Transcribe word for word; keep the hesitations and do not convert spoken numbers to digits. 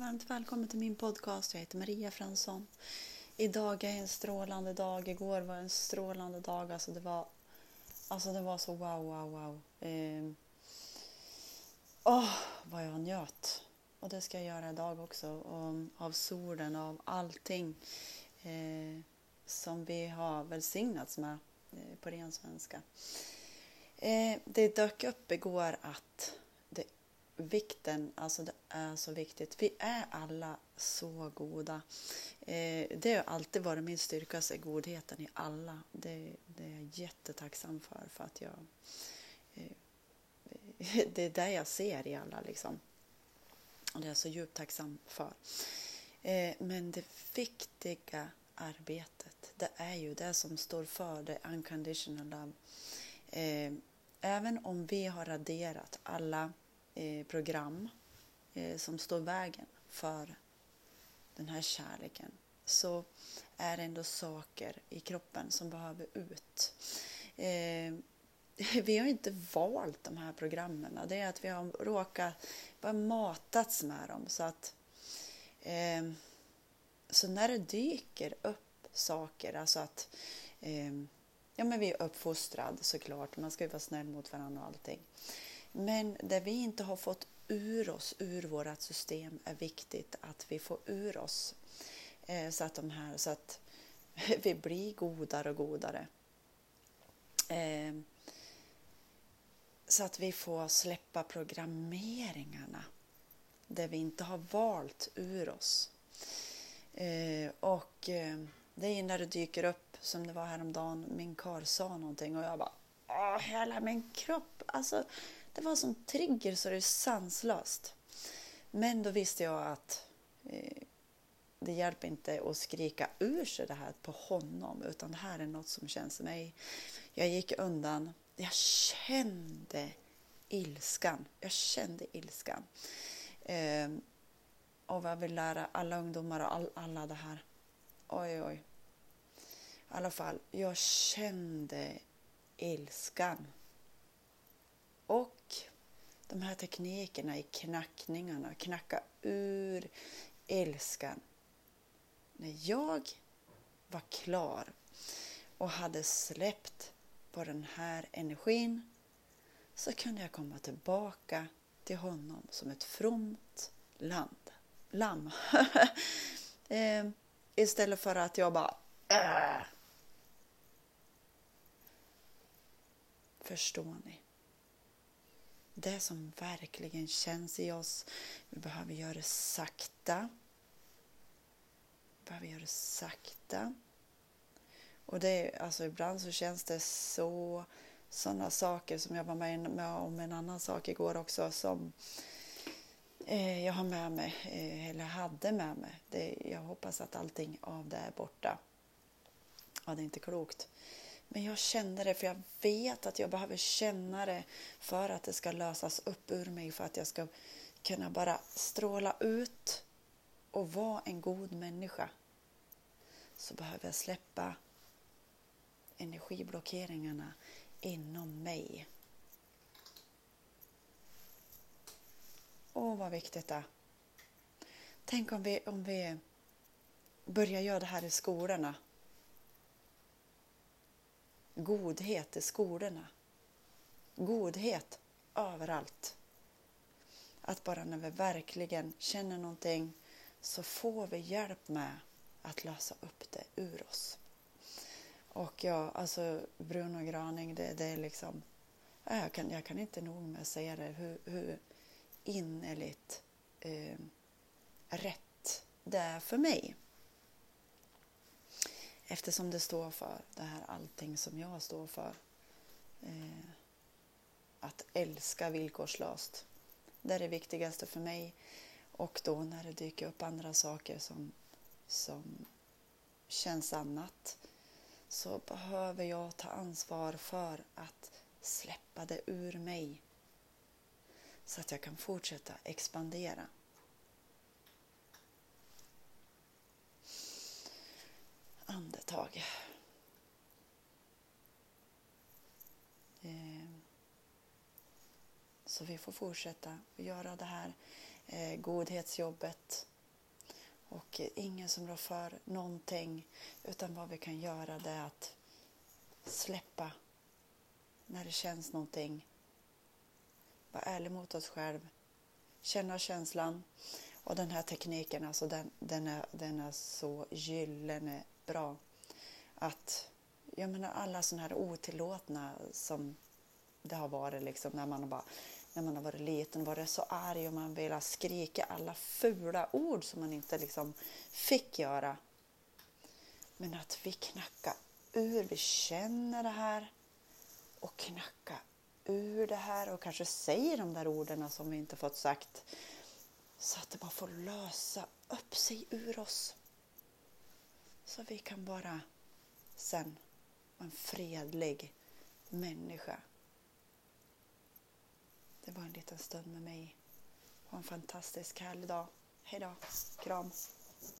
varmt välkommen till min podcast. Jag heter Maria Fransson. Idag är en strålande dag. Igår var en strålande dag. Alltså det var, alltså det var så wow, wow, wow. Eh, åh, vad jag njöt. Och det ska jag göra idag också. Och, av solen, av allting eh, som vi har välsignats med eh, på ren svenska. Eh, det dök upp igår att det, vikten, alltså det är så viktigt. Vi är alla så goda. Eh, det har alltid varit min styrka, så är godheten i alla. Det, det är jag jättetacksam för, för att jag eh, det är det jag ser i alla liksom. Och det är jag så djupt tacksam för. Eh, men det viktiga arbetet, det är ju det som står för det unconditional love. Eh, även om vi har raderat alla eh, program eh, som står vägen för den här kärleken, så är det ändå saker i kroppen som behöver ut. Eh, vi har inte valt de här programmen. Det är att vi har råkat bara matats med dem. Så att eh, så när det dyker upp saker, alltså att eh, ja, men vi är uppfostrade såklart. Man ska ju vara snäll mot varandra och allting. Men det vi inte har fått ur oss, ur vårt system, är viktigt att vi får ur oss. Eh, så att de här, så att vi blir godare och godare. Eh, så att vi får släppa programmeringarna där vi inte har valt ur oss. Eh, och eh, det är när det dyker upp, som det var häromdagen, min kar sa någonting och jag bara, åh, hela min kropp, alltså det var som trigger så det är sanslöst. Men då visste jag att eh, det hjälper inte att skrika ur sig det här på honom, utan det här är något som känns mig. Jag gick undan, jag kände ilskan, jag kände ilskan. Eh, och vad jag vill lära alla ungdomar och all, alla det här. Oj, oj. I alla fall, jag kände ilskan. Och de här teknikerna i knackningarna, knacka ur ilskan. När jag var klar och hade släppt på den här energin, så kunde jag komma tillbaka till honom som ett fromt land. Lamm. eh, istället för att jag bara äh. Förstår ni? Det som verkligen känns i oss, vi behöver göra det sakta. Vi behöver göra det sakta. Och det, alltså ibland så känns det så, sådana saker som jag var med, med om en annan sak igår också, som eh, jag har med mig, eh, eller hade med mig. Det, jag hoppas att allting av det är borta. Ja, det är inte klokt. Men jag känner det, för jag vet att jag behöver känna det för att det ska lösas upp ur mig, för att jag ska kunna bara stråla ut och vara en god människa. Så behöver jag släppa energiblockeringarna inom mig. Åh, vad viktigt det är. Tänk om vi, om vi börjar göra det här i skolorna. Godhet i skolorna. Godhet överallt. Att bara när vi verkligen känner någonting, så får vi hjälp med att lösa upp det ur oss. Och ja, alltså Bruno Graning, det, det är liksom, jag kan, jag kan inte nog med att säga det, hur, hur innerligt eh, rätt det är för mig. Eftersom det står för det här, allting som jag står för. Eh, att älska villkorslöst. Det är det viktigaste för mig. Och då när det dyker upp andra saker som, som känns annat, så behöver jag ta ansvar för att släppa det ur mig. Så att jag kan fortsätta expandera. Andetag. Så vi får fortsätta göra det här godhetsjobbet Och ingen som rår för någonting, utan vad vi kan göra det är att släppa när det känns någonting. Var ärlig mot oss själv. Känna känslan. Och den här tekniken, alltså den, den, är, den är så gyllene bra. Att, jag menar alla sådana här otillåtna som det har varit liksom när man har bara, när man har varit liten, var det så arg och man ville skrika alla fula ord som man inte liksom fick göra. Men att vi knackar ur, vi känner det här och knackar ur det här och kanske säger de där orden som vi inte fått sagt, så att det bara får lösa upp sig ur oss. Så vi kan bara sen vara en fredlig människa. Det var en liten stund med mig. Ha en fantastisk härlig dag. Hej då. Kram.